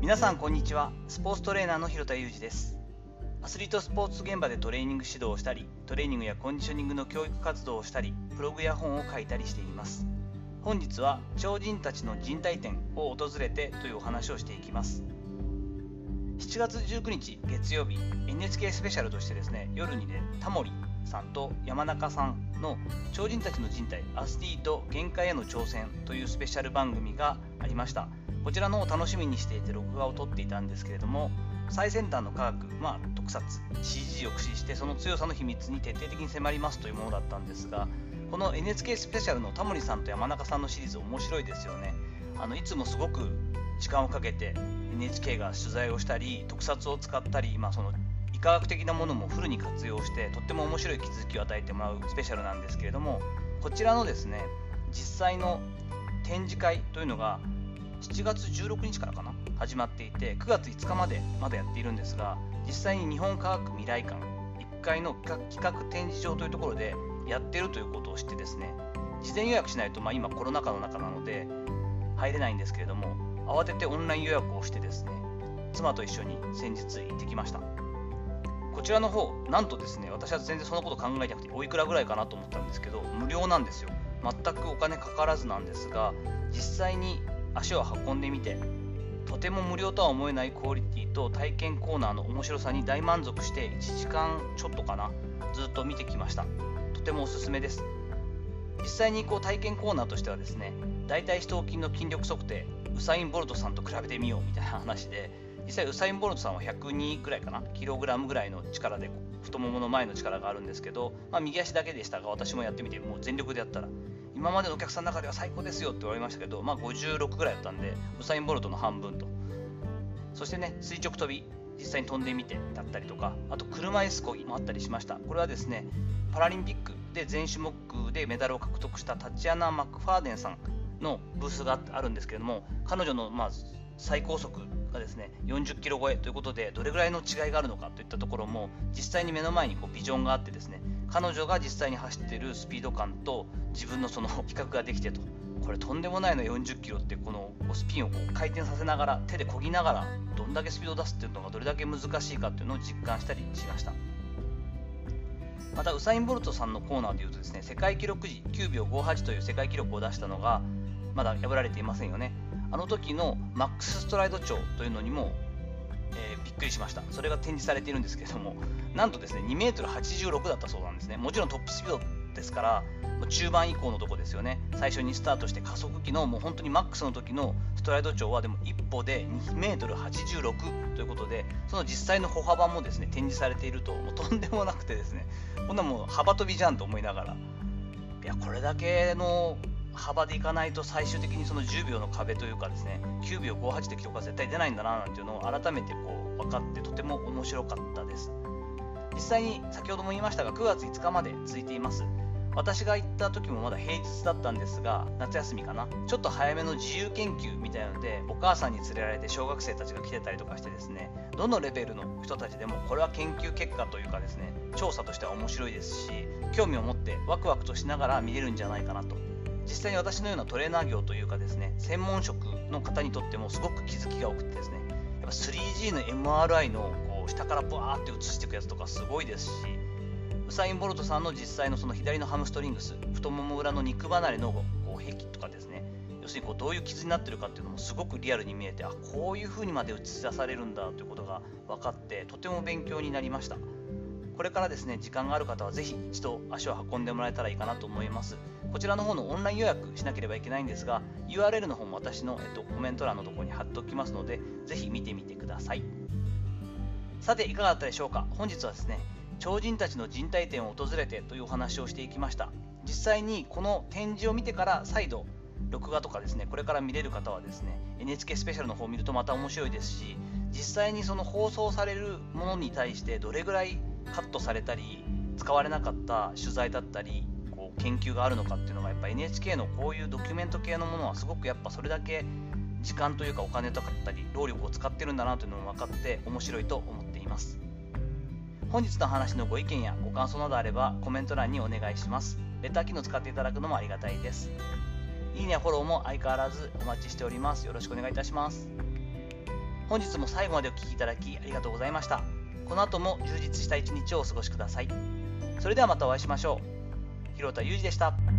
皆さんこんにちは。スポーツトレーナーの広田裕二です。アスリートスポーツ現場でトレーニング指導をしたり、トレーニングやコンディショニングの教育活動をしたり、ブログや本を書いたりしています。本日は超人たちの人体展を訪れてというお話をしていきます。7月19日月曜日、 NHK スペシャルとしてですね、夜にね、タモリさんと山中さんの超人たちの人体アスリート限界への挑戦というスペシャル番組がありました。こちらのを楽しみにしていて録画を撮っていたんですけれども、最先端の科学、特撮 CG を駆使してその強さの秘密に徹底的に迫りますというものだったんですが、この NHK スペシャルのタモリさんと山中さんのシリーズ面白いですよね。いつもすごく時間をかけて NHK が取材をしたり、特撮を使ったり、その医科学的なものもフルに活用してとっても面白い気づきを与えてもらうスペシャルなんですけれども、こちらのですね、実際の展示会というのが7月16日からかな始まっていて、9月5日までまだやっているんですが、実際に日本科学未来館1階の企画展示場というところでやっているということを知ってですね、事前予約しないと、今コロナ禍の中なので入れないんですけれども、慌ててオンライン予約をしてですね、妻と一緒に先日行ってきました。こちらの方、なんとですね、私は全然そのこと考えなくておいくらぐらいかなと思ったんですけど、無料なんですよ。全くお金かからずなんですが、実際に足を運んでみて、とても無料とは思えないクオリティと体験コーナーの面白さに大満足して1時間ちょっとかな、ずっと見てきました。とてもおすすめです。実際に体験コーナーとしてはですね、大腿四頭筋の筋力測定、ウサイン・ボルトさんと比べてみようみたいな話で、実際ウサイン・ボルトさんは102ぐらいかな、キログラムぐらいの力で太ももの前の力があるんですけど、右足だけでしたが、私もやってみて、もう全力でやったら今までのお客さんの中では最高ですよって言われましたけど、56ぐらいだったんで、ウサイン・ボルトの半分と。そしてね、垂直跳び実際に飛んでみてだったりとか、あと車椅子漕ぎもあったりしました。これはですね、パラリンピックで全種目でメダルを獲得したタチアナ・マクファーデンさんのブースがあるんですけれども、彼女の最高速がですね40キロ超えということで、どれぐらいの違いがあるのかといったところも実際に目の前にビジョンがあってですね、彼女が実際に走っているスピード感と自分のその比較ができてと、これとんでもないの40キロって、このスピンを回転させながら手で漕ぎながらどんだけスピードを出すっていうのがどれだけ難しいかっていうのを実感したりしました。またウサイン・ボルトさんのコーナーでいうとですね、世界記録時9秒58という世界記録を出したのがまだ破られていませんよね。あの時のマックスストライド長というのにも、びっくりしました。それが展示されているんですけれども、なんとですね 2m86 だったそうなんですね。もちろんトップスピードですから、中盤以降のとこですよね。最初にスタートして加速期のもう本当にマックスの時のストライド長はでも一歩で 2m86 ということで、その実際の歩幅もですね展示されていると、もうとんでもなくてですね、こんなもう幅跳びじゃんと思いながら、いやこれだけの幅でいかないと最終的にその10秒の壁というかですね、9秒58って記録は絶対出ないんだななんていうのを改めて分かって、とても面白かったです。実際に先ほども言いましたが、9月5日まで続いています。私が行った時もまだ平日だったんですが、夏休みかな、ちょっと早めの自由研究みたいなので、お母さんに連れられて小学生たちが来てたりとかしてですね、どのレベルの人たちでもこれは研究結果というかですね、調査としては面白いですし、興味を持ってワクワクとしながら見れるんじゃないかなと。実際に私のようなトレーナー業というかですね、専門職の方にとってもすごく気づきが多くてですね、やっぱ 3G の MRI の下からブワーって映していくやつとかすごいですし、ウサイン・ボルトさんの実際のその左のハムストリングス、太もも裏の肉離れの壁とかですね、要するにどういう傷になっているかっていうのもすごくリアルに見えて、こういう風にまで映し出されるんだということが分かって、とても勉強になりました。これからですね、時間がある方はぜひ一度足を運んでもらえたらいいかなと思います。こちらの方のオンライン予約しなければいけないんですが、 URL の方も私の、コメント欄のところに貼っておきますので、ぜひ見てみてください。さていかがだったでしょうか。本日はですね、超人たちの人体展を訪れてというお話をしていきました。実際にこの展示を見てから再度録画とかですね、これから見れる方はですね、 NHK スペシャルの方を見るとまた面白いですし、実際にその放送されるものに対してどれぐらいカットされたり使われなかった取材だったり研究があるのかっていうのが、やっぱ NHK のこういうドキュメント系のものはすごくやっぱそれだけ時間というかお金とかったり労力を使ってるんだなというのも分かって面白いと思っています。本日の話のご意見やご感想などあればコメント欄にお願いします。レター機能を使っていただくのもありがたいです。いいねやフォローも相変わらずお待ちしております。よろしくお願いいたします。 本日も最後までお聞きいただきありがとうございました。この後も充実した一日をお過ごしください。それではまたお会いしましょう。広田裕二でした。